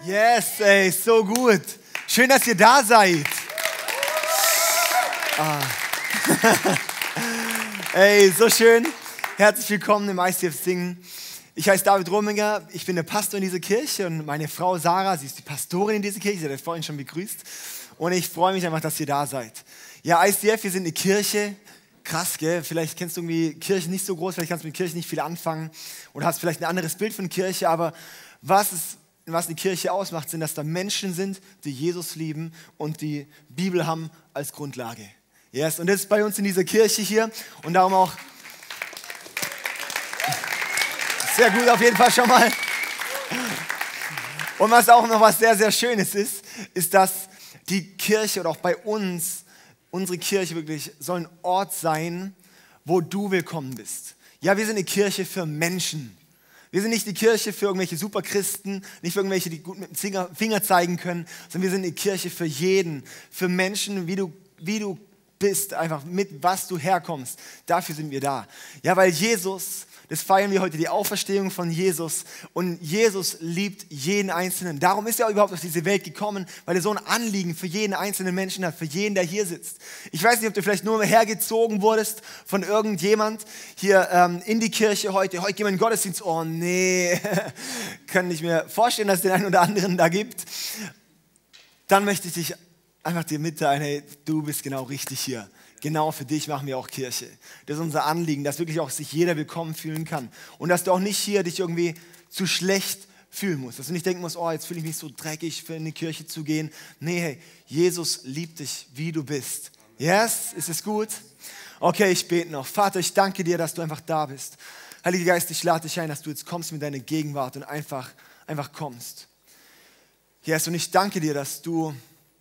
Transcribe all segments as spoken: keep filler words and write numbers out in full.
Yes, ey, so gut. Schön, dass ihr da seid. Ah. Ey, so schön. Herzlich willkommen im I C F Singen. Ich heiße David Rominger, ich bin der Pastor in dieser Kirche und meine Frau Sarah, sie ist die Pastorin in dieser Kirche, sie hat euch vorhin schon begrüßt. Und ich freue mich einfach, dass ihr da seid. Ja, I C F, wir sind eine Kirche. Krass, gell? Vielleicht kennst du irgendwie Kirche nicht so groß, vielleicht kannst du mit Kirche nicht viel anfangen oder hast vielleicht ein anderes Bild von Kirche, aber was, ist, was eine Kirche ausmacht, sind, dass da Menschen sind, die Jesus lieben und die Bibel haben als Grundlage. Yes, und das ist bei uns in dieser Kirche hier und darum auch sehr gut auf jeden Fall schon mal. Und was auch noch was sehr, sehr Schönes ist, ist, dass die Kirche oder auch bei uns, unsere Kirche wirklich soll ein Ort sein, wo du willkommen bist. Ja, wir sind eine Kirche für Menschen. Wir sind nicht die Kirche für irgendwelche Superchristen, nicht für irgendwelche, die gut mit dem Finger zeigen können, sondern wir sind eine Kirche für jeden, für Menschen, wie du, wie du bist, einfach mit was du herkommst. Dafür sind wir da. Ja, weil Jesus, das feiern wir heute, die Auferstehung von Jesus. Und Jesus liebt jeden Einzelnen. Darum ist er überhaupt auf diese Welt gekommen, weil er so ein Anliegen für jeden einzelnen Menschen hat, für jeden, der hier sitzt. Ich weiß nicht, ob du vielleicht nur hergezogen wurdest von irgendjemand hier ähm, in die Kirche heute. Heute gehen wir in den Gottesdienst. Oh nee, kann ich mir vorstellen, dass es den einen oder anderen da gibt. Dann möchte ich dich einfach dir mitteilen, hey, du bist genau richtig hier. Genau für dich machen wir auch Kirche. Das ist unser Anliegen, dass wirklich auch sich jeder willkommen fühlen kann. Und dass du auch nicht hier dich irgendwie zu schlecht fühlen musst. Dass du nicht denken musst, oh, jetzt fühle ich mich so dreckig, für in die Kirche zu gehen. Nee, hey, Jesus liebt dich, wie du bist. Yes? Ist es gut? Okay, ich bete noch. Vater, ich danke dir, dass du einfach da bist. Heiliger Geist, ich lade dich ein, dass du jetzt kommst mit deiner Gegenwart und einfach, einfach kommst. Yes, und ich danke dir, dass du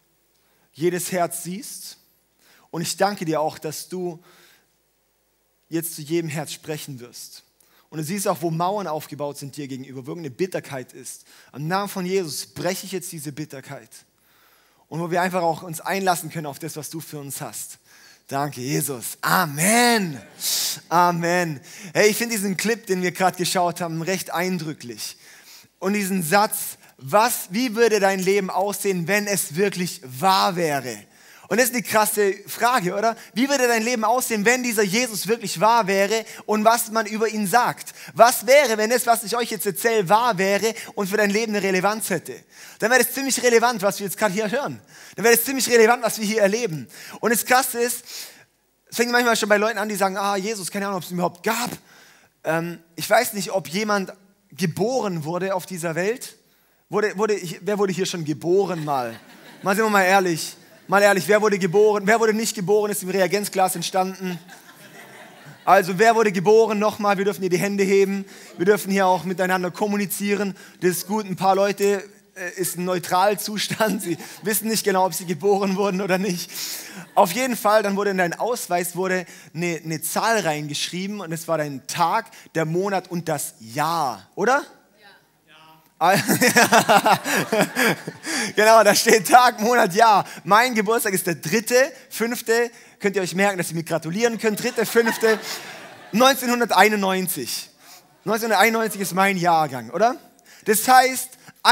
jedes Herz siehst. Und ich danke dir auch, dass du jetzt zu jedem Herz sprechen wirst. Und du siehst auch, wo Mauern aufgebaut sind dir gegenüber, wo irgendeine Bitterkeit ist. Am Namen von Jesus breche ich jetzt diese Bitterkeit. Und wo wir einfach auch uns einlassen können auf das, was du für uns hast. Danke, Jesus. Amen. Amen. Hey, ich finde diesen Clip, den wir gerade geschaut haben, recht eindrücklich. Und diesen Satz, was, wie würde dein Leben aussehen, wenn es wirklich wahr wäre? Und das ist eine krasse Frage, oder? Wie würde dein Leben aussehen, wenn dieser Jesus wirklich wahr wäre und was man über ihn sagt? Was wäre, wenn das, was ich euch jetzt erzähle, wahr wäre und für dein Leben eine Relevanz hätte? Dann wäre das ziemlich relevant, was wir jetzt gerade hier hören. Dann wäre das ziemlich relevant, was wir hier erleben. Und das Krasse ist, es fängt manchmal schon bei Leuten an, die sagen, ah, Jesus, keine Ahnung, ob es ihn überhaupt gab. Ähm, ich weiß nicht, ob jemand geboren wurde auf dieser Welt. Wurde, wurde, wer wurde hier schon geboren mal? Mal sind wir mal ehrlich. Mal ehrlich, wer wurde geboren? Wer wurde nicht geboren, ist im Reagenzglas entstanden? Also wer wurde geboren? Nochmal, wir dürfen hier die Hände heben. Wir dürfen hier auch miteinander kommunizieren. Das ist gut, ein paar Leute äh, ist ein Neutralzustand. Sie wissen nicht genau, ob sie geboren wurden oder nicht. Auf jeden Fall, dann wurde in deinen Ausweis wurde eine, eine Zahl reingeschrieben und es war dein Tag, der Monat und das Jahr, oder? Genau, da steht Tag, Monat, Jahr. Mein Geburtstag ist der dritte, fünfte. Könnt ihr euch merken, dass ihr mir gratulieren könnt. Dritte, fünfte, neunzehnhunderteinundneunzig. neunzehnhunderteinundneunzig ist mein Jahrgang, oder? Das heißt,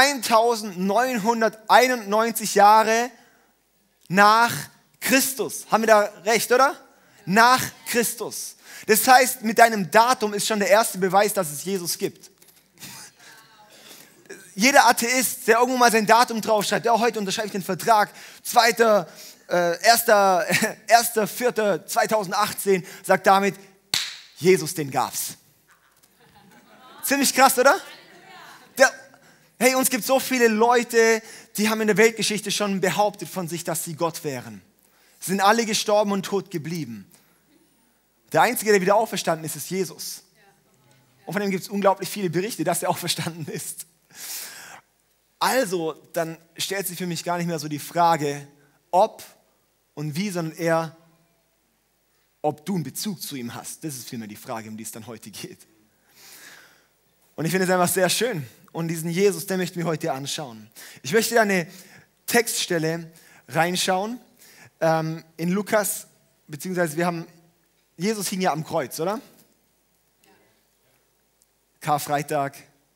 neunzehnhunderteinundneunzig Jahre nach Christus. Haben wir da recht, oder? Nach Christus. Das heißt, mit deinem Datum ist schon der erste Beweis, dass es Jesus gibt. Jeder Atheist, der irgendwo mal sein Datum draufschreibt, ja, heute unterschreibe ich den Vertrag, zweiter, äh, erster, erster vierter zweitausendachtzehn, sagt damit, Jesus, den gab's. Ziemlich krass, oder? Der, hey, uns gibt so viele Leute, die haben in der Weltgeschichte schon behauptet von sich, dass sie Gott wären. Sie sind alle gestorben und tot geblieben. Der Einzige, der wieder auferstanden ist, ist Jesus. Und von dem gibt es unglaublich viele Berichte, dass er auferstanden ist. Also, dann stellt sich für mich gar nicht mehr so die Frage, ob und wie, sondern eher, ob du einen Bezug zu ihm hast. Das ist vielmehr die Frage, um die es dann heute geht. Und ich finde es einfach sehr schön. Und diesen Jesus, den möchten wir heute anschauen. Ich möchte da eine Textstelle reinschauen, ähm, in Lukas, beziehungsweise wir haben, Jesus hing ja am Kreuz, oder? Ja. Karfreitag.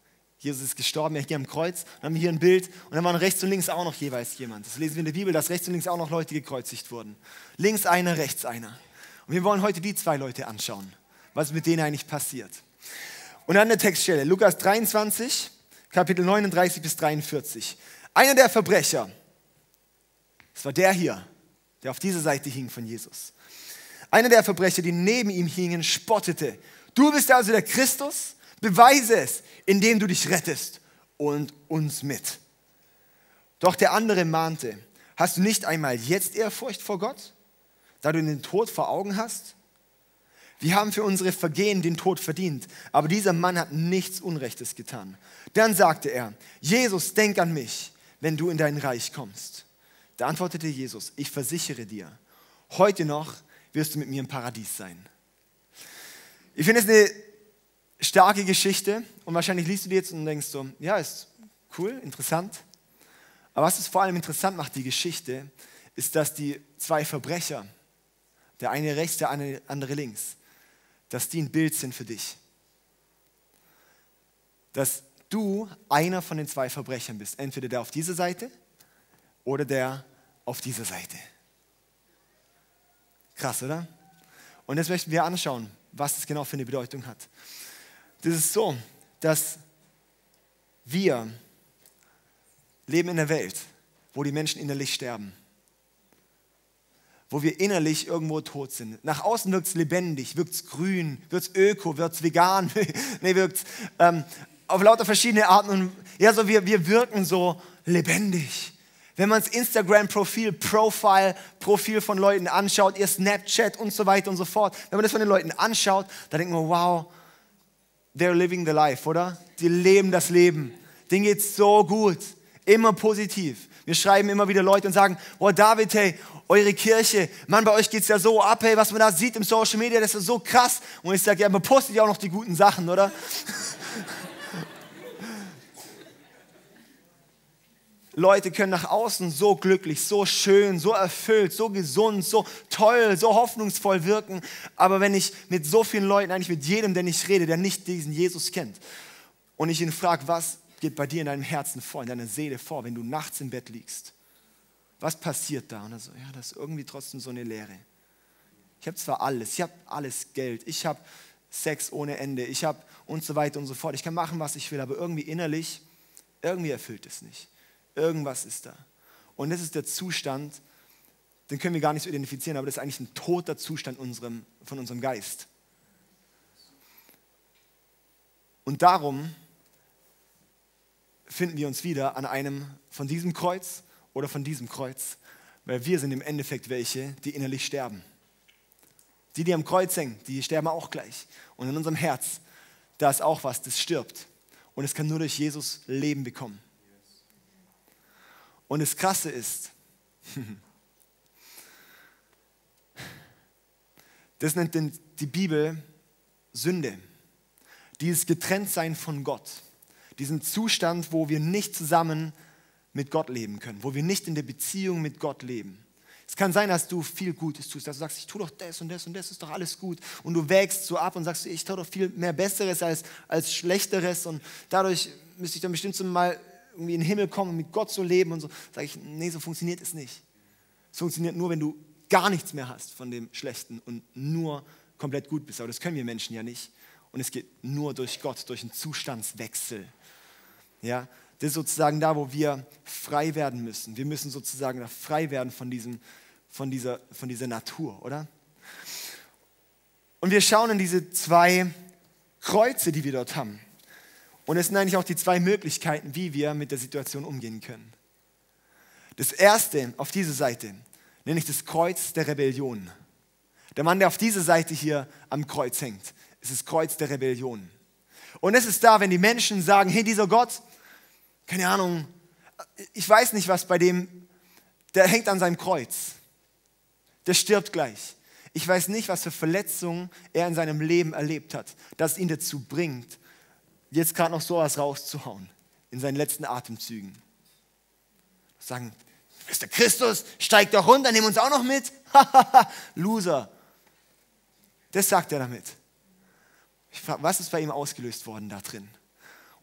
Jesus ist gestorben, er hier am Kreuz. Und dann haben wir hier ein Bild und dann waren rechts und links auch noch jeweils jemand. Das lesen wir in der Bibel, dass rechts und links auch noch Leute gekreuzigt wurden. Links einer, rechts einer. Und wir wollen heute die zwei Leute anschauen, was mit denen eigentlich passiert. Und dann eine Textstelle, Lukas dreiundzwanzig, Kapitel neununddreißig bis dreiundvierzig. Einer der Verbrecher, das war der hier, der auf dieser Seite hing von Jesus. Einer der Verbrecher, die neben ihm hingen, spottete. Du bist also der Christus? Beweise es, indem du dich rettest und uns mit. Doch der andere mahnte, hast du nicht einmal jetzt Ehrfurcht vor Gott, da du den Tod vor Augen hast? Wir haben für unsere Vergehen den Tod verdient, aber dieser Mann hat nichts Unrechtes getan. Dann sagte er, Jesus, denk an mich, wenn du in dein Reich kommst. Da antwortete Jesus, ich versichere dir, heute noch wirst du mit mir im Paradies sein. Ich finde es eine starke Geschichte und wahrscheinlich liest du die jetzt und denkst so, ja, ist cool, interessant. Aber was es vor allem interessant macht, die Geschichte, ist, dass die zwei Verbrecher, der eine rechts, der andere links, dass die ein Bild sind für dich. Dass du einer von den zwei Verbrechern bist. Entweder der auf dieser Seite oder der auf dieser Seite. Krass, oder? Und jetzt möchten wir anschauen, was das genau für eine Bedeutung hat. Das ist so, dass wir leben in einer Welt, wo die Menschen innerlich sterben. Wo wir innerlich irgendwo tot sind. Nach außen wirkt es lebendig, wirkt es grün, wird es öko, wird es vegan, nee, wirkt es ähm, auf lauter verschiedene Arten. Und ja, so wir, wir wirken so lebendig. Wenn man das Instagram-Profil, Profile, Profil von Leuten anschaut, ihr Snapchat und so weiter und so fort, wenn man das von den Leuten anschaut, dann denkt man, wow, they're living the life, oder? Die leben das Leben. Denen geht's so gut. Immer positiv. Wir schreiben immer wieder Leute und sagen, wow, David, hey, eure Kirche, Mann, bei euch geht's ja so ab, hey, was man da sieht im Social Media, das ist so krass. Und ich sage, ja, man postet ja auch noch die guten Sachen, oder? Leute können nach außen so glücklich, so schön, so erfüllt, so gesund, so toll, so hoffnungsvoll wirken. Aber wenn ich mit so vielen Leuten, eigentlich mit jedem, der nicht rede, der nicht diesen Jesus kennt, und ich ihn frage, was geht bei dir in deinem Herzen vor, in deiner Seele vor, wenn du nachts im Bett liegst? Was passiert da? Und er so, ja, das ist irgendwie trotzdem so eine Leere. Ich habe zwar alles, ich habe alles Geld, ich habe Sex ohne Ende, ich habe und so weiter und so fort. Ich kann machen, was ich will, aber irgendwie innerlich, irgendwie erfüllt es nicht. Irgendwas ist da. Und das ist der Zustand, den können wir gar nicht so identifizieren, aber das ist eigentlich ein toter Zustand unserem, von unserem Geist. Und darum finden wir uns wieder an einem von diesem Kreuz oder von diesem Kreuz, weil wir sind im Endeffekt welche, die innerlich sterben. Die, die am Kreuz hängen, die sterben auch gleich. Und in unserem Herz, da ist auch was, das stirbt. Und es kann nur durch Jesus Leben bekommen. Und das Krasse ist, das nennt die Bibel Sünde. Dieses Getrenntsein von Gott. Diesen Zustand, wo wir nicht zusammen mit Gott leben können. Wo wir nicht in der Beziehung mit Gott leben. Es kann sein, dass du viel Gutes tust. Dass du sagst, ich tue doch das und das und das ist doch alles gut. Und du wägst so ab und sagst, ich tue doch viel mehr Besseres als, als Schlechteres. Und dadurch müsste ich dann bestimmt so mal irgendwie in den Himmel kommen und mit Gott so leben und so, sage ich, nee, so funktioniert es nicht. Es funktioniert nur, wenn du gar nichts mehr hast von dem Schlechten und nur komplett gut bist. Aber das können wir Menschen ja nicht. Und es geht nur durch Gott, durch einen Zustandswechsel. Ja, das ist sozusagen da, wo wir frei werden müssen. Wir müssen sozusagen da frei werden von, diesem, von, dieser, von dieser Natur, oder? Und wir schauen in diese zwei Kreuze, die wir dort haben. Und es sind eigentlich auch die zwei Möglichkeiten, wie wir mit der Situation umgehen können. Das erste auf dieser Seite nenne ich das Kreuz der Rebellion. Der Mann, der auf dieser Seite hier am Kreuz hängt, ist das Kreuz der Rebellion. Und es ist da, wenn die Menschen sagen, hey, dieser Gott, keine Ahnung, ich weiß nicht, was bei dem, der hängt an seinem Kreuz. Der stirbt gleich. Ich weiß nicht, was für Verletzungen er in seinem Leben erlebt hat, das ihn dazu bringt, jetzt gerade noch sowas rauszuhauen, in seinen letzten Atemzügen. Sagen, du bist der Christus, steig doch runter, nimm uns auch noch mit. Loser. Das sagt er damit. Ich frage, was ist bei ihm ausgelöst worden da drin?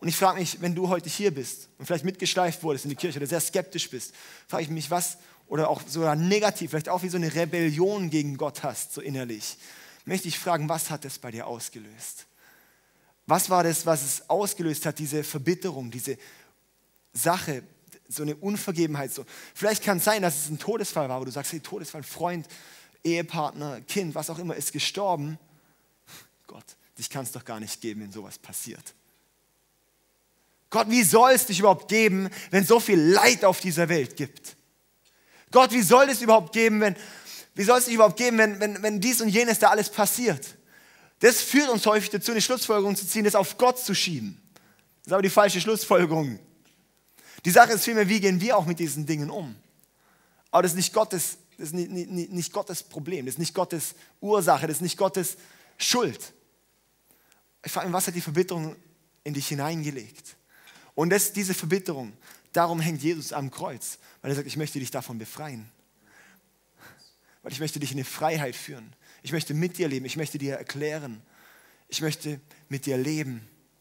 Und ich frage mich, wenn du heute hier bist und vielleicht mitgeschleift wurdest in die Kirche oder sehr skeptisch bist, frage ich mich, was, oder auch sogar negativ, vielleicht auch wie so eine Rebellion gegen Gott hast, so innerlich, möchte ich fragen, was hat das bei dir ausgelöst? Was war das, was es ausgelöst hat, diese Verbitterung, diese Sache, so eine Unvergebenheit? So. Vielleicht kann es sein, dass es ein Todesfall war, wo du sagst, hey, Todesfall, Freund, Ehepartner, Kind, was auch immer, ist gestorben. Gott, dich kann es doch gar nicht geben, wenn sowas passiert. Gott, wie soll es dich überhaupt geben, wenn so viel Leid auf dieser Welt gibt? Gott, wie soll es überhaupt geben, wenn, wie soll es dich überhaupt geben, wenn, wenn, wenn dies und jenes da alles passiert? Das führt uns häufig dazu, eine Schlussfolgerung zu ziehen, das auf Gott zu schieben. Das ist aber die falsche Schlussfolgerung. Die Sache ist vielmehr, wie gehen wir auch mit diesen Dingen um? Aber das ist nicht Gottes, das ist nicht, nicht, nicht Gottes Problem, das ist nicht Gottes Ursache, das ist nicht Gottes Schuld. Ich frage mich, was hat die Verbitterung in dich hineingelegt? Und das, diese Verbitterung, darum hängt Jesus am Kreuz, weil er sagt, ich möchte dich davon befreien. Weil ich möchte dich in eine Freiheit führen. Ich möchte mit dir leben, ich möchte dir erklären. Ich möchte mit dir leben.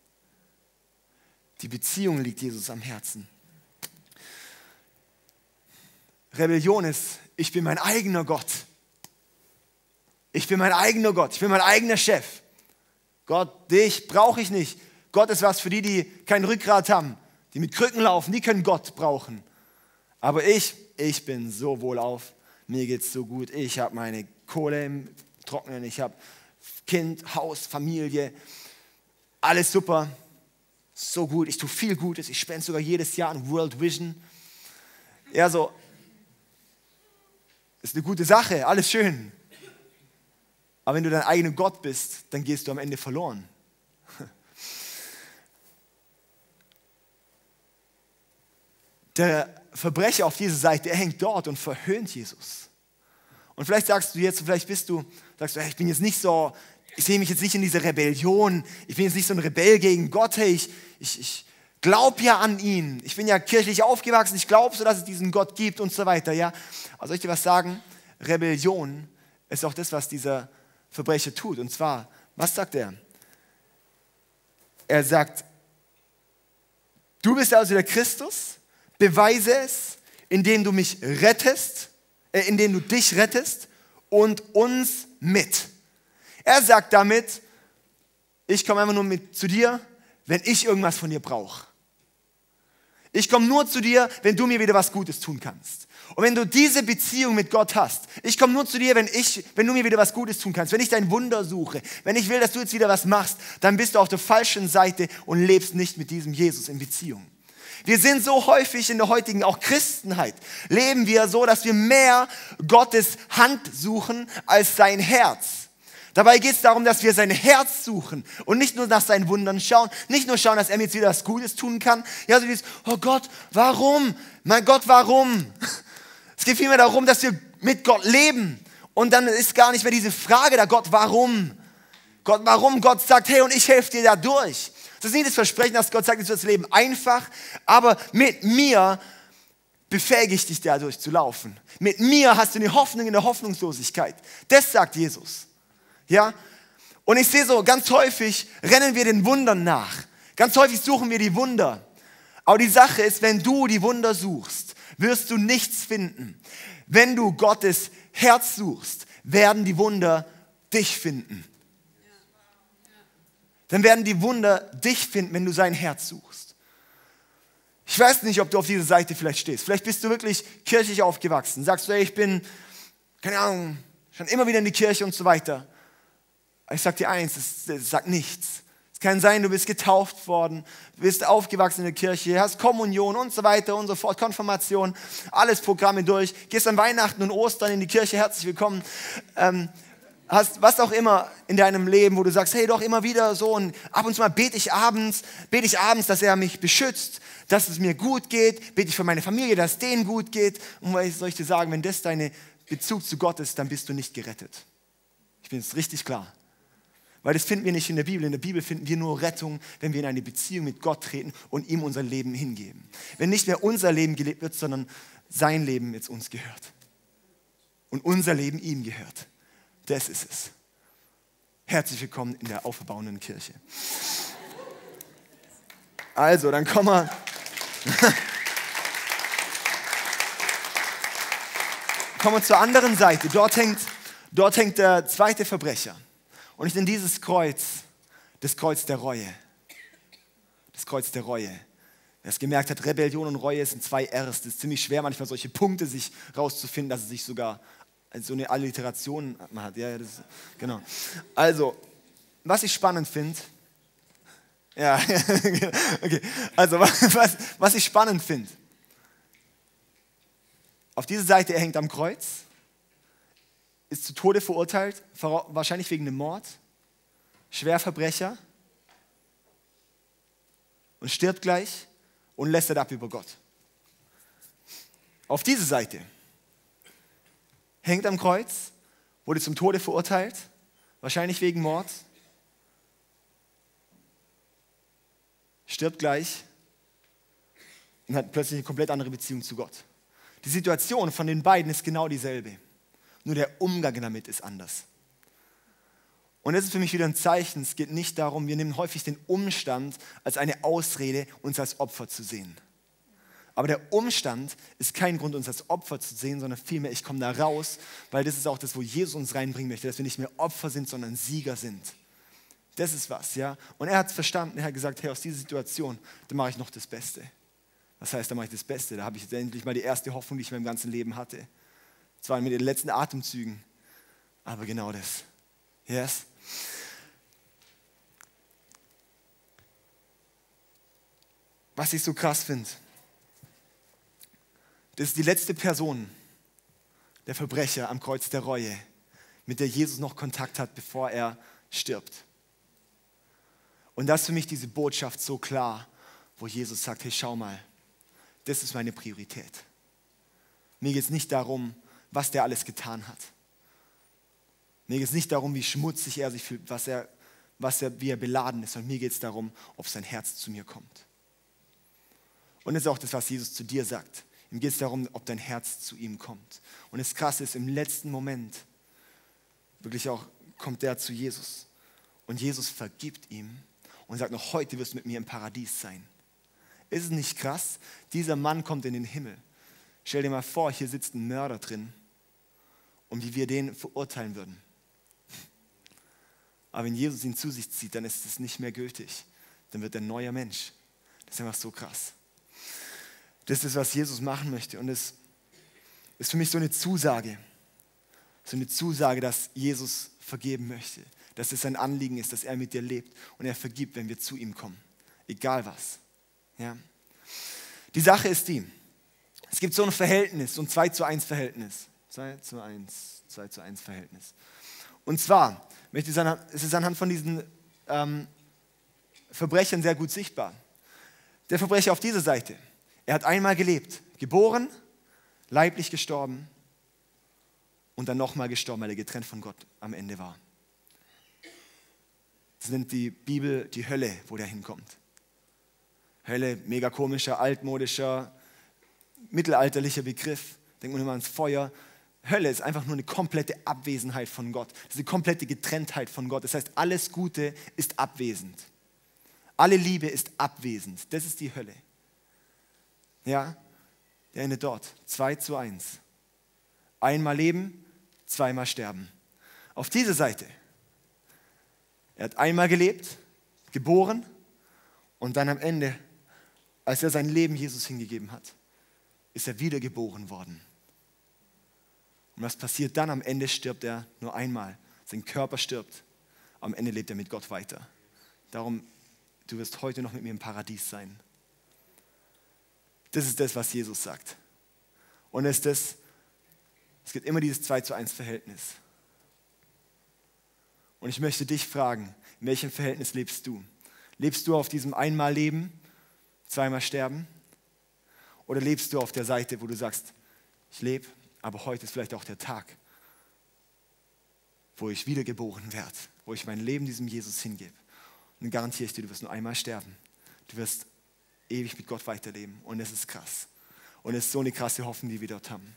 Die Beziehung liegt Jesus am Herzen. Rebellion ist, ich bin mein eigener Gott. Ich bin mein eigener Gott, ich bin mein eigener Chef. Gott, dich brauche ich nicht. Gott ist was für die, die kein Rückgrat haben, die mit Krücken laufen, die können Gott brauchen. Aber ich, ich bin so wohlauf, mir geht's so gut, ich habe meine Kohle im Trocknen, ich habe Kind, Haus, Familie, alles super, so gut, ich tue viel Gutes, ich spende sogar jedes Jahr an World Vision. Ja, so, ist eine gute Sache, alles schön. Aber wenn du dein eigener Gott bist, dann gehst du am Ende verloren. Der Verbrecher auf dieser Seite, er hängt dort und verhöhnt Jesus. Und vielleicht sagst du jetzt, vielleicht bist du, sagst du, hey, ich bin jetzt nicht so, ich sehe mich jetzt nicht in dieser Rebellion, ich bin jetzt nicht so ein Rebell gegen Gott, hey, ich, ich, ich glaube ja an ihn, ich bin ja kirchlich aufgewachsen, ich glaube so, dass es diesen Gott gibt und so weiter, ja. Aber soll ich dir was sagen? Rebellion ist auch das, was dieser Verbrecher tut. Und zwar, was sagt er? Er sagt, du bist also der Christus, beweise es, indem du mich rettest, äh, indem du dich rettest und uns mit. Er sagt damit, ich komme einfach nur mit zu dir, wenn ich irgendwas von dir brauche. Ich komme nur zu dir, wenn du mir wieder was Gutes tun kannst. Und wenn du diese Beziehung mit Gott hast, ich komme nur zu dir, wenn, ich, wenn du mir wieder was Gutes tun kannst, wenn ich dein Wunder suche, wenn ich will, dass du jetzt wieder was machst, dann bist du auf der falschen Seite und lebst nicht mit diesem Jesus in Beziehung. Wir sind so häufig in der heutigen auch Christenheit, leben wir so, dass wir mehr Gottes Hand suchen als sein Herz. Dabei geht es darum, dass wir sein Herz suchen und nicht nur nach seinen Wundern schauen, nicht nur schauen, dass er mir jetzt wieder was Gutes tun kann. Ja, so dieses, oh Gott, warum? Mein Gott, warum? Es geht vielmehr darum, dass wir mit Gott leben. Und dann ist gar nicht mehr diese Frage da, Gott, warum? Gott, warum? Gott sagt, hey, und ich helfe dir da durch. Das ist nicht das Versprechen, dass Gott sagt, es wird das Leben einfach, aber mit mir befähige ich dich dadurch zu laufen. Mit mir hast du eine Hoffnung in der Hoffnungslosigkeit. Das sagt Jesus. Ja? Und ich sehe so, ganz häufig rennen wir den Wundern nach. Ganz häufig suchen wir die Wunder. Aber die Sache ist, wenn du die Wunder suchst, wirst du nichts finden. Wenn du Gottes Herz suchst, werden die Wunder dich finden. Dann werden die Wunder dich finden, wenn du sein Herz suchst. Ich weiß nicht, ob du auf dieser Seite vielleicht stehst. Vielleicht bist du wirklich kirchlich aufgewachsen. Sagst du, ey, ich bin, keine Ahnung, schon immer wieder in die Kirche und so weiter. Ich sag dir eins, das, das sagt nichts. Es kann sein, du bist getauft worden, bist aufgewachsen in der Kirche, hast Kommunion und so weiter und so fort, Konfirmation, alles Programme durch, gehst an Weihnachten und Ostern in die Kirche, herzlich willkommen. Ähm, hast was auch immer in deinem Leben, wo du sagst, hey, doch immer wieder so und ab und zu mal bete ich abends, bete ich abends, dass er mich beschützt, dass es mir gut geht, bete ich für meine Familie, dass es denen gut geht. Und was soll ich dir sagen, wenn das dein Bezug zu Gott ist, dann bist du nicht gerettet. Ich bin jetzt richtig klar. Weil das finden wir nicht in der Bibel. In der Bibel finden wir nur Rettung, wenn wir in eine Beziehung mit Gott treten und ihm unser Leben hingeben. Wenn nicht mehr unser Leben gelebt wird, sondern sein Leben jetzt uns gehört. Und unser Leben ihm gehört. Das ist es. Herzlich willkommen in der auferbauenden Kirche. Also, dann kommen wir. kommen wir zur anderen Seite. Dort hängt, dort hängt der zweite Verbrecher. Und ich nenne dieses Kreuz das Kreuz der Reue. Das Kreuz der Reue. Wer es gemerkt hat, Rebellion und Reue sind zwei R's. Das ist ziemlich schwer, manchmal solche Punkte sich rauszufinden, dass es sich sogar so eine Alliteration hat. Ja, das ist, genau. Also, was ich spannend finde, ja, okay. Also, was, was ich spannend finde, auf dieser Seite, er hängt am Kreuz, ist zu Tode verurteilt, wahrscheinlich wegen einem Mord, Schwerverbrecher und stirbt gleich und lästert ab über Gott. Auf diese Seite hängt am Kreuz, wurde zum Tode verurteilt, wahrscheinlich wegen Mord, stirbt gleich und hat plötzlich eine komplett andere Beziehung zu Gott. Die Situation von den beiden ist genau dieselbe, nur der Umgang damit ist anders. Und das ist für mich wieder ein Zeichen, es geht nicht darum, wir nehmen häufig den Umstand als eine Ausrede, uns als Opfer zu sehen. Aber der Umstand ist kein Grund, uns als Opfer zu sehen, sondern vielmehr, ich komme da raus, weil das ist auch das, wo Jesus uns reinbringen möchte, dass wir nicht mehr Opfer sind, sondern Sieger sind. Das ist was, ja. Und er hat es verstanden, er hat gesagt, hey, aus dieser Situation, da mache ich noch das Beste. Was heißt, da mache ich das Beste? Da habe ich jetzt endlich mal die erste Hoffnung, die ich in meinem ganzen Leben hatte. Zwar mit den letzten Atemzügen, aber genau das. Yes. Was ich so krass finde, das ist die letzte Person, der Verbrecher am Kreuz der Reue, mit der Jesus noch Kontakt hat, bevor er stirbt. Und das ist für mich diese Botschaft so klar, wo Jesus sagt, hey, schau mal, das ist meine Priorität. Mir geht es nicht darum, was der alles getan hat. Mir geht es nicht darum, wie schmutzig er sich fühlt, was er, was er, wie er beladen ist, sondern mir geht es darum, ob sein Herz zu mir kommt. Und das ist auch das, was Jesus zu dir sagt. Ihm geht es darum, ob dein Herz zu ihm kommt. Und das Krasse ist, im letzten Moment, wirklich auch, kommt der zu Jesus. Und Jesus vergibt ihm und sagt noch, heute wirst du mit mir im Paradies sein. Ist es nicht krass? Dieser Mann kommt in den Himmel. Stell dir mal vor, hier sitzt ein Mörder drin und wie wir den verurteilen würden. Aber wenn Jesus ihn zu sich zieht, dann ist es nicht mehr gültig. Dann wird er ein neuer Mensch. Das ist einfach so krass. Das ist, was Jesus machen möchte. Und es ist für mich so eine Zusage. So eine Zusage, dass Jesus vergeben möchte. Dass es sein Anliegen ist, dass er mit dir lebt. Und er vergibt, wenn wir zu ihm kommen. Egal was. Ja. Die Sache ist die, es gibt so ein Verhältnis, so ein zwei zu eins Verhältnis. zwei zu eins, zwei zu eins Verhältnis. Und zwar, es ist anhand von diesen ähm, Verbrechern sehr gut sichtbar. Der Verbrecher auf dieser Seite, er hat einmal gelebt, geboren, leiblich gestorben und dann nochmal gestorben, weil er getrennt von Gott am Ende war. Das nennt die Bibel die Hölle, wo der hinkommt. Hölle, mega komischer, altmodischer, mittelalterlicher Begriff. Denkt man immer ans Feuer. Hölle ist einfach nur eine komplette Abwesenheit von Gott. Das ist eine komplette Getrenntheit von Gott. Das heißt, alles Gute ist abwesend. Alle Liebe ist abwesend. Das ist die Hölle. Ja, der endet dort. zwei zu eins. Einmal leben, zweimal sterben. Auf diese Seite. Er hat einmal gelebt, geboren und dann am Ende, als er sein Leben Jesus hingegeben hat, ist er wiedergeboren worden. Und was passiert dann? Am Ende stirbt er nur einmal. Sein Körper stirbt. Am Ende lebt er mit Gott weiter. Darum, du wirst heute noch mit mir im Paradies sein. Das ist das, was Jesus sagt. Und es ist das, es gibt immer dieses zwei zu eins Verhältnis. Und ich möchte dich fragen, in welchem Verhältnis lebst du? Lebst du auf diesem einmal Leben, zweimal sterben? Oder lebst du auf der Seite, wo du sagst, ich lebe, aber heute ist vielleicht auch der Tag, wo ich wiedergeboren werde, wo ich mein Leben diesem Jesus hingebe. Und dann garantiere ich dir, du wirst nur einmal sterben. Du wirst ewig mit Gott weiterleben. Und es ist krass. Und es ist so eine krasse Hoffnung, die wir dort haben.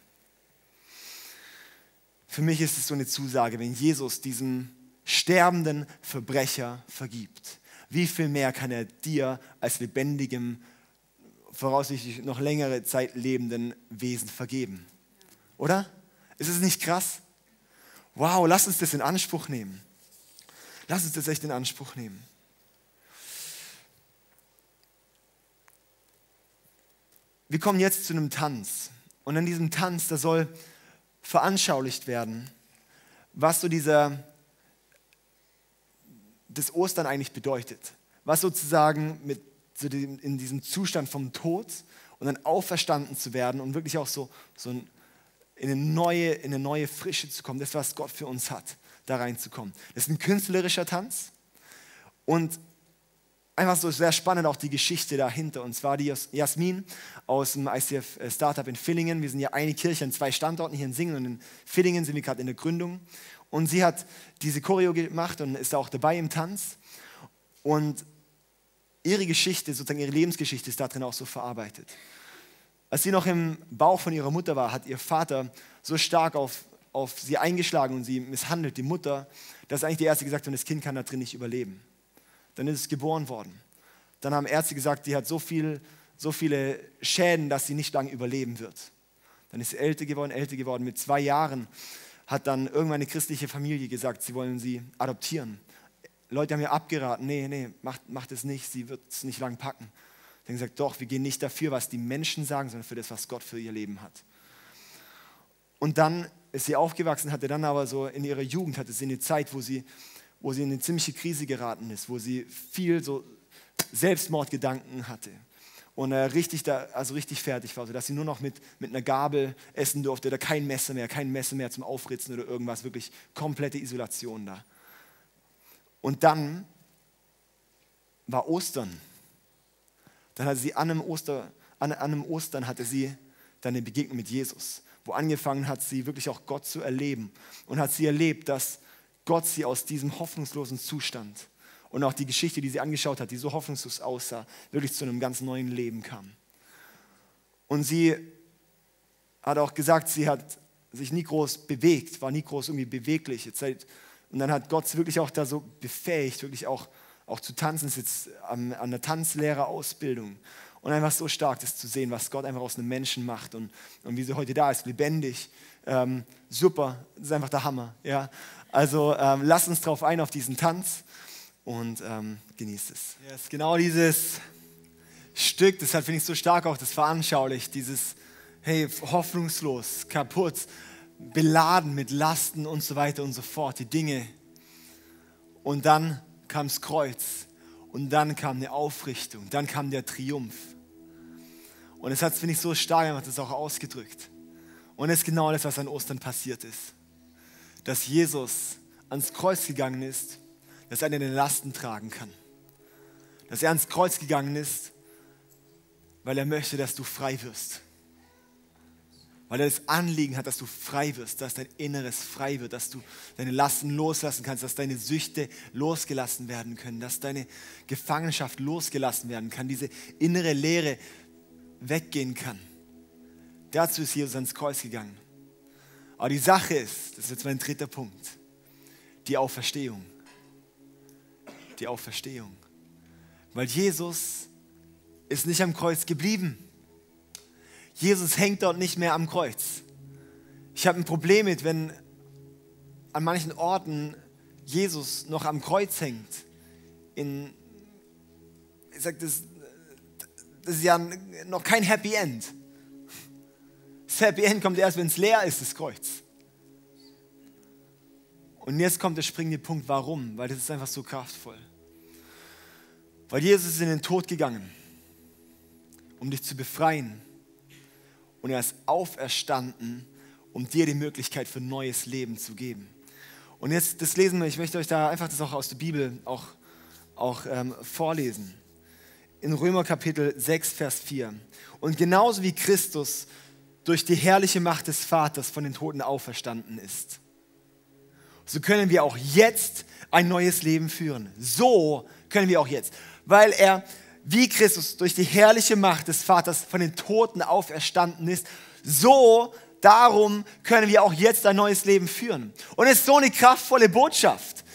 Für mich ist es so eine Zusage, wenn Jesus diesem sterbenden Verbrecher vergibt, wie viel mehr kann er dir als lebendigem, voraussichtlich noch längere Zeit lebenden Wesen vergeben? Oder? Ist es nicht krass? Wow, lass uns das in Anspruch nehmen. Lass uns das echt in Anspruch nehmen. Wir kommen jetzt zu einem Tanz. Und in diesem Tanz, da soll veranschaulicht werden, was so dieser, das Ostern eigentlich bedeutet. Was sozusagen mit, so dem, in diesem Zustand vom Tod und dann auferstanden zu werden und wirklich auch so, so ein, in, eine neue, in eine neue Frische zu kommen. Das, was Gott für uns hat, da reinzukommen. Das ist ein künstlerischer Tanz und einfach so sehr spannend auch die Geschichte dahinter. Und zwar die Jasmin aus dem I C F Startup in Villingen. Wir sind ja eine Kirche an zwei Standorten, hier in Singen und in Villingen sind wir gerade in der Gründung. Und sie hat diese Choreo gemacht und ist auch dabei im Tanz. Und ihre Geschichte, sozusagen ihre Lebensgeschichte ist da drin auch so verarbeitet. Als sie noch im Bauch von ihrer Mutter war, hat ihr Vater so stark auf, auf sie eingeschlagen und sie misshandelt, die Mutter, dass eigentlich die Ärzte gesagt haben, das Kind kann da drin nicht überleben. Dann ist es geboren worden. Dann haben Ärzte gesagt, die hat so, viel, so viele Schäden, dass sie nicht lange überleben wird. Dann ist sie älter geworden, älter geworden. Mit zwei Jahren hat dann irgendwann eine christliche Familie gesagt, sie wollen sie adoptieren. Leute haben ihr abgeraten, nee, nee, macht, macht es nicht, sie wird es nicht lang packen. Dann haben gesagt, doch, wir gehen nicht dafür, was die Menschen sagen, sondern für das, was Gott für ihr Leben hat. Und dann ist sie aufgewachsen, hatte dann aber so in ihrer Jugend, hatte sie eine Zeit, wo sie wo sie in eine ziemliche Krise geraten ist, wo sie viel so Selbstmordgedanken hatte und äh, richtig, da, also richtig fertig war, sodass sie nur noch mit, mit einer Gabel essen durfte oder kein Messer mehr, kein Messer mehr zum Aufritzen oder irgendwas, wirklich komplette Isolation da. Und dann war Ostern. Dann hatte sie an einem, Oster, an, an einem Ostern hatte sie dann eine Begegnung mit Jesus, wo angefangen hat, sie wirklich auch Gott zu erleben und hat sie erlebt, dass Gott sie aus diesem hoffnungslosen Zustand und auch die Geschichte, die sie angeschaut hat, die so hoffnungslos aussah, wirklich zu einem ganz neuen Leben kam. Und sie hat auch gesagt, sie hat sich nie groß bewegt, war nie groß irgendwie beweglich. Und dann hat Gott sie wirklich auch da so befähigt, wirklich auch, auch zu tanzen, ist jetzt an, an der Tanzlehrerausbildung. Und einfach so stark, das zu sehen, was Gott einfach aus einem Menschen macht und, und wie sie heute da ist, lebendig. Ähm, super, das ist einfach der Hammer. Ja. Also ähm, lasst uns drauf ein, auf diesen Tanz und ähm, genießt es. Yes, genau dieses Stück, das hat, finde ich, so stark auch das veranschaulicht, dieses, hey, hoffnungslos, kaputt, beladen mit Lasten und so weiter und so fort, die Dinge. Und dann kam das Kreuz und dann kam eine Aufrichtung, dann kam der Triumph. Und es hat, finde ich, so stark einfach das auch ausgedrückt. Und es ist genau das, was an Ostern passiert ist. Dass Jesus ans Kreuz gegangen ist, dass er deine Lasten tragen kann. Dass er ans Kreuz gegangen ist, weil er möchte, dass du frei wirst. Weil er das Anliegen hat, dass du frei wirst, dass dein Inneres frei wird, dass du deine Lasten loslassen kannst, dass deine Süchte losgelassen werden können, dass deine Gefangenschaft losgelassen werden kann, diese innere Leere weggehen kann. Dazu ist Jesus ans Kreuz gegangen. Aber die Sache ist, das ist jetzt mein dritter Punkt, die Auferstehung. Die Auferstehung. Weil Jesus ist nicht am Kreuz geblieben. Jesus hängt dort nicht mehr am Kreuz. Ich habe ein Problem mit, wenn an manchen Orten Jesus noch am Kreuz hängt. In, ich sage, das, das ist ja noch kein Happy End. Das Happy End kommt erst, wenn es leer ist, das Kreuz. Und jetzt kommt der springende Punkt, warum? Weil das ist einfach so kraftvoll. Weil Jesus ist in den Tod gegangen, um dich zu befreien. Und er ist auferstanden, um dir die Möglichkeit für neues Leben zu geben. Und jetzt das lesen wir, ich möchte euch da einfach das auch aus der Bibel auch, auch ähm, vorlesen. In Römer Kapitel sechs, Vers vier. Und genauso wie Christus durch die herrliche Macht des Vaters von den Toten auferstanden ist, so können wir auch jetzt ein neues Leben führen. So können wir auch jetzt. Weil er, wie Christus durch die herrliche Macht des Vaters von den Toten auferstanden ist, so, darum können wir auch jetzt ein neues Leben führen. Und es ist so eine kraftvolle Botschaft.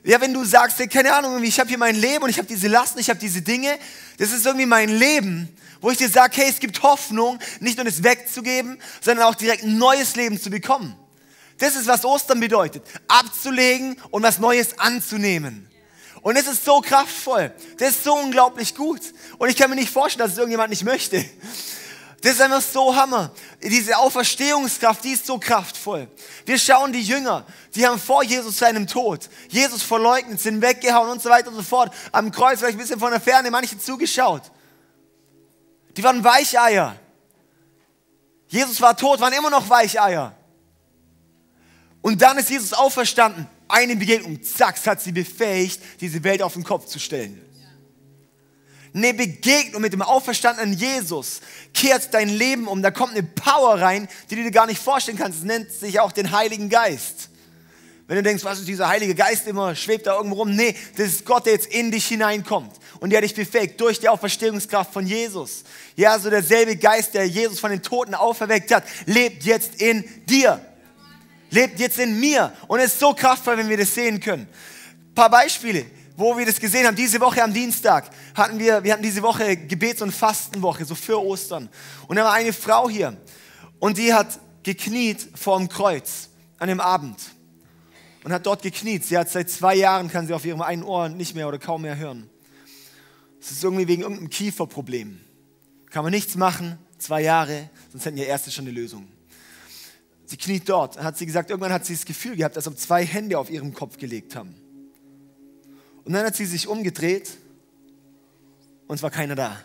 Ja, wenn du sagst, hey, keine Ahnung, ich habe hier mein Leben und ich habe diese Lasten, ich habe diese Dinge, das ist irgendwie mein Leben, wo ich dir sage, hey, es gibt Hoffnung, nicht nur das wegzugeben, sondern auch direkt ein neues Leben zu bekommen. Das ist, was Ostern bedeutet, abzulegen und was Neues anzunehmen. Und es ist so kraftvoll, das ist so unglaublich gut. Und ich kann mir nicht vorstellen, dass es irgendjemand nicht möchte. Das ist einfach so Hammer. Diese Auferstehungskraft, die ist so kraftvoll. Wir schauen die Jünger, die haben vor Jesus seinem Tod, Jesus verleugnet, sind weggehauen und so weiter und so fort. Am Kreuz vielleicht ein bisschen von der Ferne, manche zugeschaut. Die waren Weicheier. Jesus war tot, waren immer noch Weicheier. Und dann ist Jesus auferstanden. Eine Begegnung, zack, hat sie befähigt, diese Welt auf den Kopf zu stellen. Eine Begegnung mit dem auferstandenen Jesus kehrt dein Leben um. Da kommt eine Power rein, die du dir gar nicht vorstellen kannst. Es nennt sich auch den Heiligen Geist. Wenn du denkst, was ist dieser Heilige Geist immer, schwebt da irgendwo rum. Nee, das ist Gott, der jetzt in dich hineinkommt. Und der dich befähigt durch die Auferstehungskraft von Jesus. Ja, so derselbe Geist, der Jesus von den Toten auferweckt hat, lebt jetzt in dir. Lebt jetzt in mir. Und es ist so kraftvoll, wenn wir das sehen können. Ein paar Beispiele, wo wir das gesehen haben. Diese Woche am Dienstag hatten wir, wir hatten diese Woche Gebets- und Fastenwoche, so für Ostern. Und da war eine Frau hier und die hat gekniet vor dem Kreuz an dem Abend und hat dort gekniet. Sie hat seit zwei Jahren, kann sie auf ihrem einen Ohr nicht mehr oder kaum mehr hören. Es ist irgendwie wegen irgendeinem Kieferproblem. Kann man nichts machen, zwei Jahre, sonst hätten ihr Ärzte schon eine Lösung. Sie kniet dort. Hat sie gesagt, irgendwann hat sie das Gefühl gehabt, als ob zwei Hände auf ihrem Kopf gelegt haben. Und dann hat sie sich umgedreht und es war keiner da.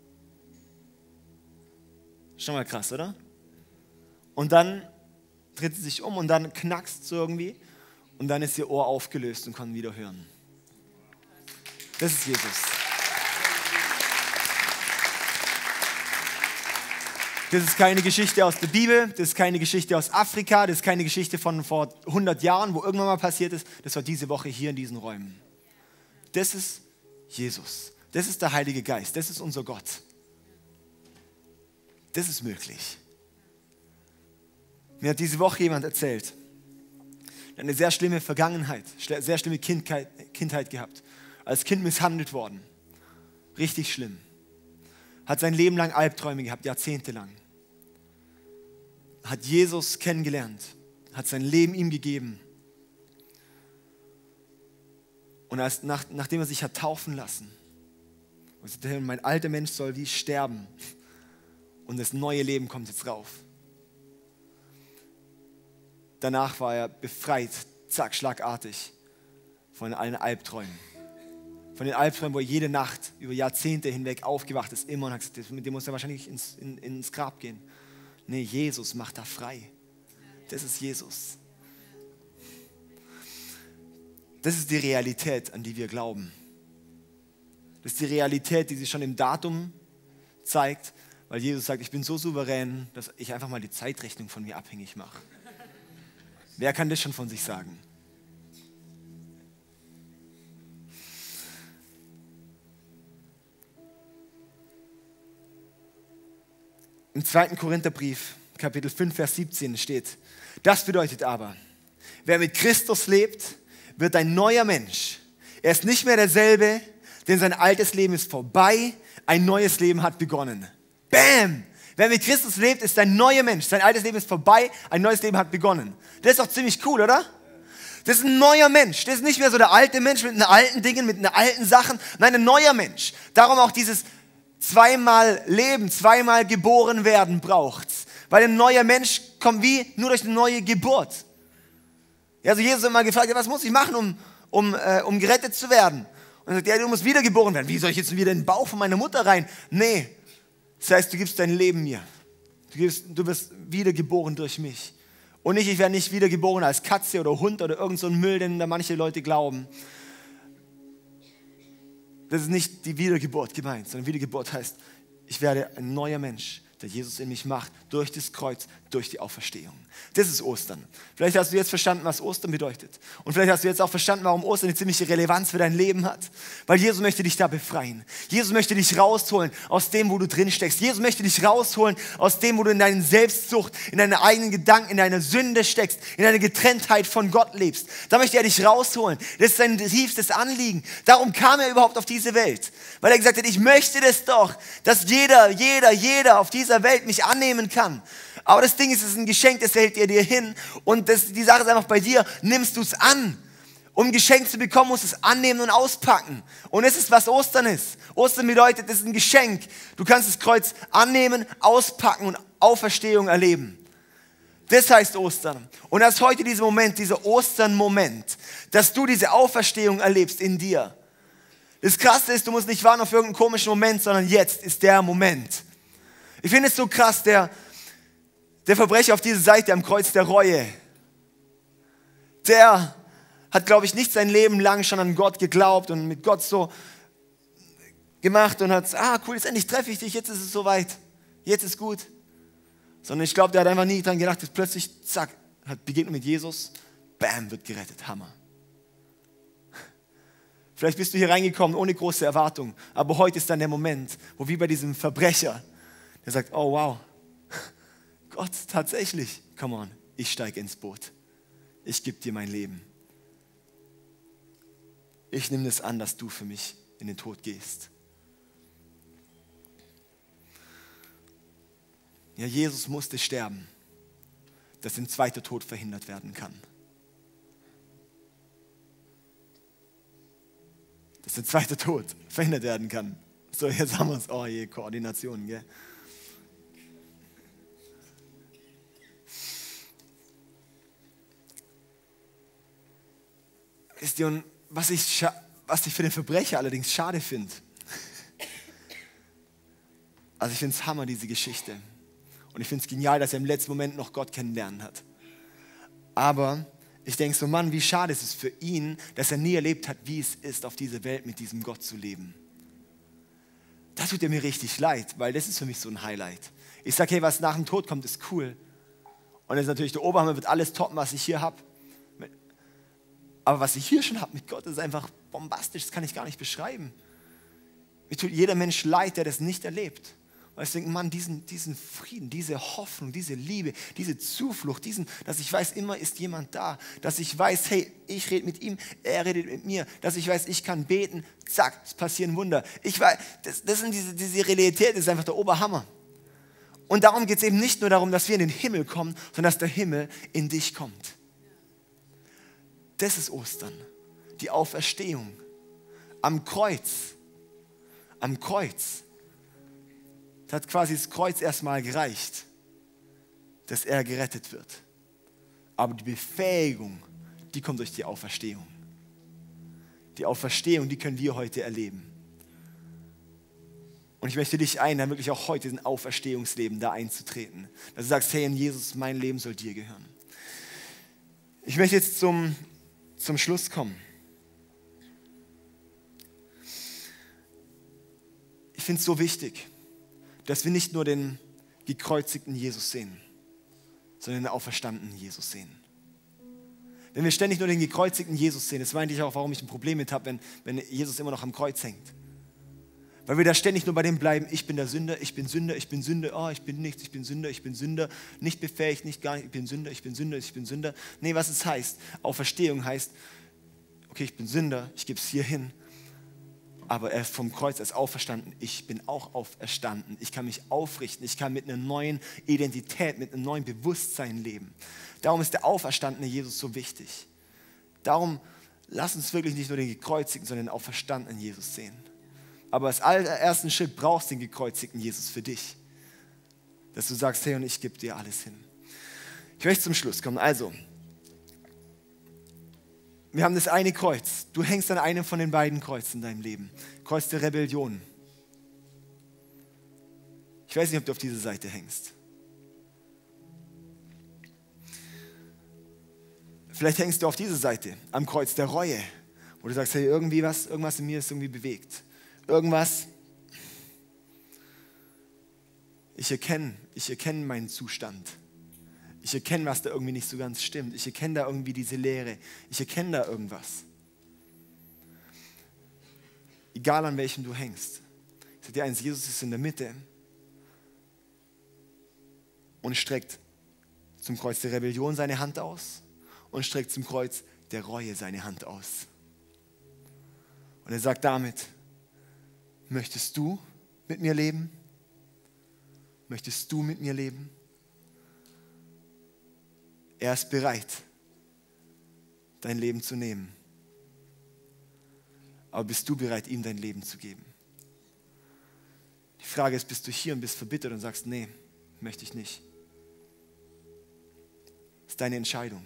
Schon mal krass, oder? Und dann dreht sie sich um und dann knackst es so irgendwie und dann ist ihr Ohr aufgelöst und kann wieder hören. Das ist Jesus. Das ist keine Geschichte aus der Bibel, das ist keine Geschichte aus Afrika, das ist keine Geschichte von vor hundert Jahren, wo irgendwann mal passiert ist. Das war diese Woche hier in diesen Räumen. Das ist Jesus. Das ist der Heilige Geist. Das ist unser Gott. Das ist möglich. Mir hat diese Woche jemand erzählt, der eine sehr schlimme Vergangenheit, sehr schlimme Kindheit, Kindheit gehabt. Als Kind misshandelt worden. Richtig schlimm. Hat sein Leben lang Albträume gehabt, jahrzehntelang. Hat Jesus kennengelernt. Hat sein Leben ihm gegeben. Und als, nach, nachdem er sich hat taufen lassen, und sagte, mein alter Mensch soll wie sterben und das neue Leben kommt jetzt rauf. Danach war er befreit, zack, schlagartig von allen Albträumen. Von den Albträumen, wo er jede Nacht über Jahrzehnte hinweg aufgewacht ist, immer und hat gesagt, mit dem muss er wahrscheinlich ins, in, ins Grab gehen. Nee, Jesus macht da frei. Das ist Jesus. Das ist die Realität, an die wir glauben. Das ist die Realität, die sich schon im Datum zeigt, weil Jesus sagt, ich bin so souverän, dass ich einfach mal die Zeitrechnung von mir abhängig mache. Wer kann das schon von sich sagen? Im zweiten Korintherbrief, Kapitel fünf, Vers siebzehn steht, das bedeutet aber, wer mit Christus lebt, wird ein neuer Mensch. Er ist nicht mehr derselbe, denn sein altes Leben ist vorbei, ein neues Leben hat begonnen. Bam! Wer mit Christus lebt, ist ein neuer Mensch. Sein altes Leben ist vorbei, ein neues Leben hat begonnen. Das ist doch ziemlich cool, oder? Das ist ein neuer Mensch. Das ist nicht mehr so der alte Mensch mit den alten Dingen, mit den alten Sachen. Nein, ein neuer Mensch. Darum auch dieses zweimal Leben, zweimal geboren werden braucht's. Weil ein neuer Mensch kommt wie nur durch eine neue Geburt. Ja, also Jesus hat immer gefragt, ja, was muss ich machen, um, um, äh, um gerettet zu werden? Und er sagt, ja, du musst wiedergeboren werden. Wie soll ich jetzt wieder in den Bauch von meiner Mutter rein? Nee, das heißt, du gibst dein Leben mir. Du, gibst, du wirst wiedergeboren durch mich. Und nicht, ich werde nicht wiedergeboren als Katze oder Hund oder irgend so ein Müll, den da manche Leute glauben. Das ist nicht die Wiedergeburt gemeint, sondern Wiedergeburt heißt, ich werde ein neuer Mensch. der Jesus in mich macht, durch das Kreuz, durch die Auferstehung. Das ist Ostern. Vielleicht hast du jetzt verstanden, was Ostern bedeutet. Und vielleicht hast du jetzt auch verstanden, warum Ostern eine ziemliche Relevanz für dein Leben hat. Weil Jesus möchte dich da befreien. Jesus möchte dich rausholen aus dem, wo du drin steckst. Jesus möchte dich rausholen aus dem, wo du in deiner Selbstsucht, in deinen eigenen Gedanken, in deiner Sünde steckst, in deiner Getrenntheit von Gott lebst. Da möchte er dich rausholen. Das ist sein tiefstes Anliegen. Darum kam er überhaupt auf diese Welt. Weil er gesagt hat, ich möchte das doch, dass jeder, jeder, jeder auf dieser Welt mich annehmen kann. Aber das Ding ist, es ist ein Geschenk, das hält er dir hin. Und das, die Sache ist einfach bei dir, nimmst du es an. Um ein Geschenk zu bekommen, musst du es annehmen und auspacken. Und das ist, was Ostern ist. Ostern bedeutet, es ist ein Geschenk. Du kannst das Kreuz annehmen, auspacken und Auferstehung erleben. Das heißt Ostern. Und das ist heute dieser Moment, dieser Ostern-Moment, dass du diese Auferstehung erlebst in dir. Das Krasse ist, du musst nicht warten auf irgendeinen komischen Moment, sondern jetzt ist der Moment. Ich finde es so krass, der, der Verbrecher auf dieser Seite am Kreuz der Reue, der hat, glaube ich, nicht sein Leben lang schon an Gott geglaubt und mit Gott so gemacht und hat, ah cool, jetzt endlich treffe ich dich, jetzt ist es soweit, jetzt ist gut. Sondern ich glaube, der hat einfach nie dran gedacht, dass plötzlich, zack, hat Begegnung mit Jesus, bam, wird gerettet, Hammer. Vielleicht bist du hier reingekommen ohne große Erwartung, aber heute ist dann der Moment, wo wie bei diesem Verbrecher, der sagt, oh wow, Gott, tatsächlich, come on, ich steige ins Boot. Ich gebe dir mein Leben. Ich nehme es an, dass du für mich in den Tod gehst. Ja, Jesus musste sterben, dass ein zweiter Tod verhindert werden kann. Dass ein zweiter Tod verhindert werden kann. So, jetzt haben wir es. Oh je, Koordination, gell? Wisst ihr, und was ich, was ich für den Verbrecher allerdings schade finde, also ich finde es Hammer, diese Geschichte. Und ich finde es genial, dass er im letzten Moment noch Gott kennenlernen hat. Aber ich denke so, Mann, wie schade ist es für ihn, dass er nie erlebt hat, wie es ist, auf dieser Welt mit diesem Gott zu leben. Das tut er mir richtig leid, weil das ist für mich so ein Highlight. Ich sage, hey, was nach dem Tod kommt, ist cool. Und das ist natürlich der Oberhammer, wird alles toppen, was ich hier habe. Aber was ich hier schon habe mit Gott, ist einfach bombastisch, das kann ich gar nicht beschreiben. Mir tut jeder Mensch leid, der das nicht erlebt. Weil ich denke, Mann, diesen, diesen Frieden, diese Hoffnung, diese Liebe, diese Zuflucht, diesen, dass ich weiß, immer ist jemand da. Dass ich weiß, hey, ich rede mit ihm, er redet mit mir. Dass ich weiß, ich kann beten, zack, es passieren Wunder. Ich weiß, das, das sind diese, diese Realität, das ist einfach der Oberhammer. Und darum geht es eben nicht nur darum, dass wir in den Himmel kommen, sondern dass der Himmel in dich kommt. Das ist Ostern, die Auferstehung. Am Kreuz, am Kreuz. Es hat quasi das Kreuz erstmal gereicht, dass er gerettet wird. Aber die Befähigung, die kommt durch die Auferstehung. Die Auferstehung, die können wir heute erleben. Und ich möchte dich einladen, wirklich auch heute in ein Auferstehungsleben da einzutreten. Dass du sagst, hey, in Jesus, mein Leben soll dir gehören. Ich möchte jetzt zum, zum Schluss kommen. Ich finde es so wichtig, dass wir nicht nur den gekreuzigten Jesus sehen, sondern den auferstandenen Jesus sehen. Wenn wir ständig nur den gekreuzigten Jesus sehen, das meinte ich auch, warum ich ein Problem mit habe, wenn, wenn Jesus immer noch am Kreuz hängt. Weil wir da ständig nur bei dem bleiben, ich bin der Sünder, ich bin Sünder, ich bin Sünder, oh, ich bin nichts, ich bin Sünder, ich bin Sünder, nicht befähigt, nicht gar nicht, ich bin Sünder, ich bin Sünder, ich bin Sünder. Nee, was es heißt, Auferstehung heißt, okay, ich bin Sünder, ich gebe es hier hin, aber er ist vom Kreuz als auferstanden. Ich bin auch auferstanden. Ich kann mich aufrichten. Ich kann mit einer neuen Identität, mit einem neuen Bewusstsein leben. Darum ist der auferstandene Jesus so wichtig. Darum lass uns wirklich nicht nur den gekreuzigten, sondern den auferstandenen Jesus sehen. Aber als allerersten Schritt brauchst du den gekreuzigten Jesus für dich. Dass du sagst, hey, und ich gebe dir alles hin. Ich möchte zum Schluss kommen. Also, wir haben das eine Kreuz. Du hängst an einem von den beiden Kreuzen in deinem Leben. Kreuz der Rebellion. Ich weiß nicht, ob du auf dieser Seite hängst. Vielleicht hängst du auf dieser Seite, am Kreuz der Reue, wo du sagst, hey, irgendwie was, irgendwas in mir ist irgendwie bewegt. Irgendwas, ich erkenne, ich erkenne meinen Zustand. Ich erkenne, was da irgendwie nicht so ganz stimmt. Ich erkenne da irgendwie diese Leere. Ich erkenne da irgendwas. Egal an welchem du hängst. Ich sage dir eins, Jesus ist in der Mitte und streckt zum Kreuz der Rebellion seine Hand aus und streckt zum Kreuz der Reue seine Hand aus. Und er sagt damit, möchtest du mit mir leben? Möchtest du mit mir leben? Er ist bereit, dein Leben zu nehmen. Aber bist du bereit, ihm dein Leben zu geben? Die Frage ist, bist du hier und bist verbittert und sagst, nee, möchte ich nicht. Das ist deine Entscheidung.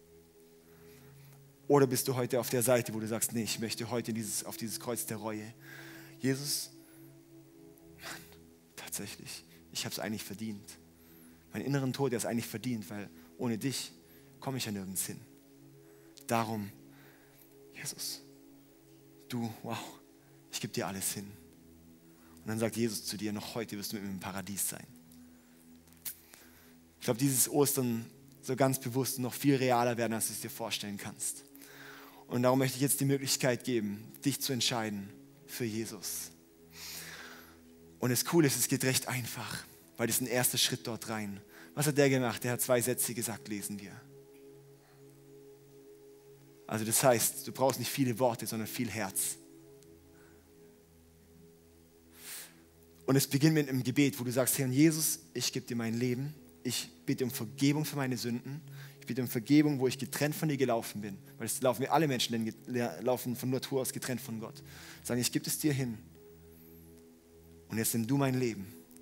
Oder bist du heute auf der Seite, wo du sagst, nee, ich möchte heute dieses, auf dieses Kreuz der Reue. Jesus, Mann, tatsächlich, ich habe es eigentlich verdient. Meinen inneren Tod, der ist eigentlich verdient, weil ohne dich komme ich ja nirgends hin. Darum, Jesus, du, wow, ich gebe dir alles hin. Und dann sagt Jesus zu dir, noch heute wirst du mit mir im Paradies sein. Ich glaube, dieses Ostern soll ganz bewusst noch viel realer werden, als du es dir vorstellen kannst. Und darum möchte ich jetzt die Möglichkeit geben, dich zu entscheiden für Jesus. Und das Coole ist, es geht recht einfach, weil das ist ein erster Schritt dort rein. Was hat der gemacht? Der hat zwei Sätze gesagt, lesen wir. Also das heißt, du brauchst nicht viele Worte, sondern viel Herz. Und es beginnt mit einem Gebet, wo du sagst, Herr Jesus, ich gebe dir mein Leben. Ich bitte um Vergebung für meine Sünden. Ich bitte um Vergebung, wo ich getrennt von dir gelaufen bin. Weil es laufen wir alle Menschen, denn laufen von Natur aus getrennt von Gott. Sagen, ich gebe es dir hin. Und jetzt nimm du mein Leben.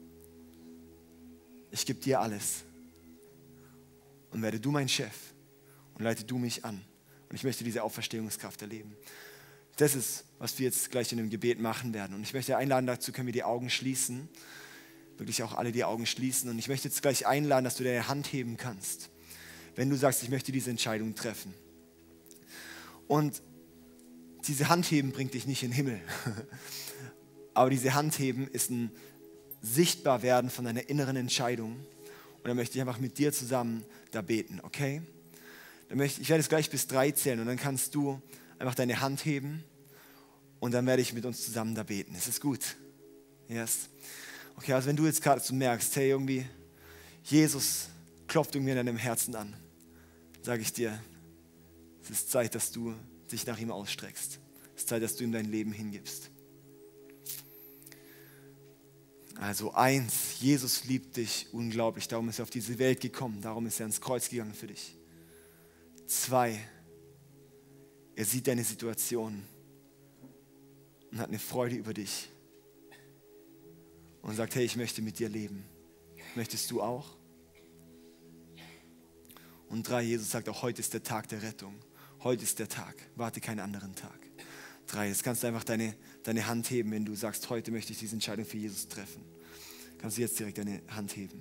Ich gebe dir alles. Und werde du mein Chef. Und leite du mich an. Und ich möchte diese Auferstehungskraft erleben. Das ist, was wir jetzt gleich in dem Gebet machen werden. Und ich möchte einladen, dazu können wir die Augen schließen. Wirklich auch alle die Augen schließen. Und ich möchte jetzt gleich einladen, dass du deine Hand heben kannst. Wenn du sagst, ich möchte diese Entscheidung treffen. Und diese Handheben bringt dich nicht in den Himmel. Aber diese Handheben ist ein Sichtbarwerden von deiner inneren Entscheidung. Und dann möchte ich einfach mit dir zusammen da beten, okay? Dann möchte, ich werde es gleich bis drei zählen und dann kannst du einfach deine Hand heben und dann werde ich mit uns zusammen da beten. Ist es gut? Yes. Okay, also wenn du jetzt gerade so merkst, hey, irgendwie, Jesus klopft irgendwie in deinem Herzen an, sage ich dir, es ist Zeit, dass du dich nach ihm ausstreckst. Es ist Zeit, dass du ihm dein Leben hingibst. Also eins, Jesus liebt dich unglaublich, darum ist er auf diese Welt gekommen, darum ist er ans Kreuz gegangen für dich. Zwei, er sieht deine Situation und hat eine Freude über dich und sagt, hey, ich möchte mit dir leben. Möchtest du auch? Und drei, Jesus sagt auch, heute ist der Tag der Rettung. Heute ist der Tag, warte keinen anderen Tag. Drei, jetzt kannst du einfach deine, deine Hand heben, wenn du sagst, heute möchte ich diese Entscheidung für Jesus treffen. Kannst du jetzt direkt deine Hand heben.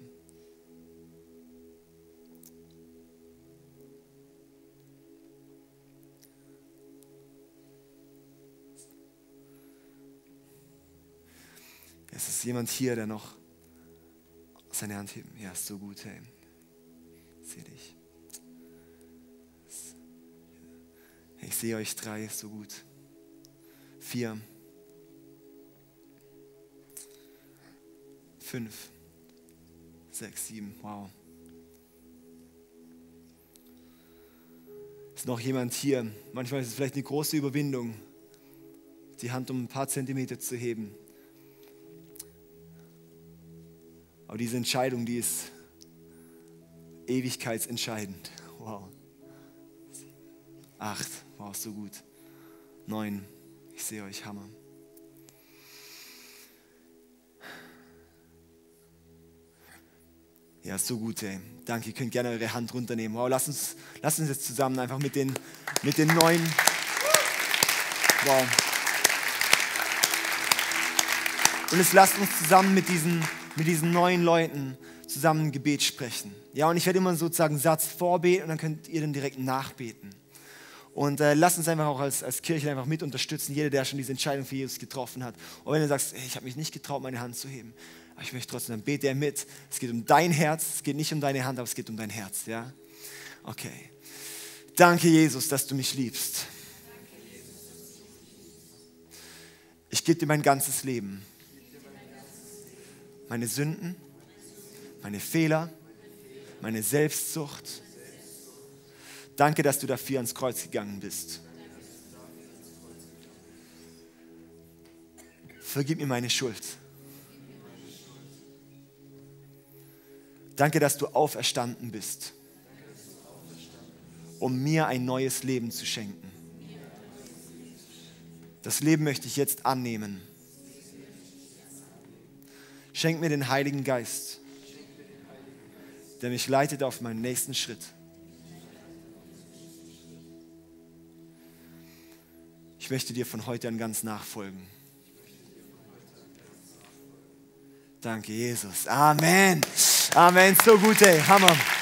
Es ist jemand hier, der noch seine Hand heben. Ja, ist so gut, hey. Ich sehe dich. Ich sehe euch drei, ist so gut. Vier. Fünf. Sechs, sieben, wow. Ist noch jemand hier? Manchmal ist es vielleicht eine große Überwindung, die Hand um ein paar Zentimeter zu heben. Aber diese Entscheidung, die ist ewigkeitsentscheidend. Wow. Acht, wow, so gut. Neun, ich sehe euch, Hammer. Ja, so gut, ey. Danke, ihr könnt gerne eure Hand runternehmen. Wow, lasst uns, lasst uns jetzt zusammen einfach mit den, mit den neun. Wow. Und jetzt lasst uns zusammen mit diesen, mit diesen neun Leuten zusammen ein Gebet sprechen. Ja, und ich werde immer sozusagen einen Satz vorbeten und dann könnt ihr dann direkt nachbeten. Und äh, lasst uns einfach auch als, als Kirche einfach mit unterstützen, jeder, der schon diese Entscheidung für Jesus getroffen hat. Und wenn du sagst, hey, ich habe mich nicht getraut, meine Hand zu heben, Aber ich möchte trotzdem, dann bete er mit. Es geht um dein Herz, es geht nicht um deine Hand, aber es geht um dein Herz. Ja? Okay. Danke, Jesus, dass du mich liebst. Ich gebe dir mein ganzes Leben. Meine Sünden, meine Fehler, meine Selbstsucht. Danke, dass du dafür ans Kreuz gegangen bist. Vergib mir meine Schuld. Danke, dass du auferstanden bist, um mir ein neues Leben zu schenken. Das Leben möchte ich jetzt annehmen. Schenk mir den Heiligen Geist, der mich leitet auf meinen nächsten Schritt. Ich möchte dir von heute an ganz nachfolgen. Danke, Jesus. Amen. Amen. So gut, ey. Hammer.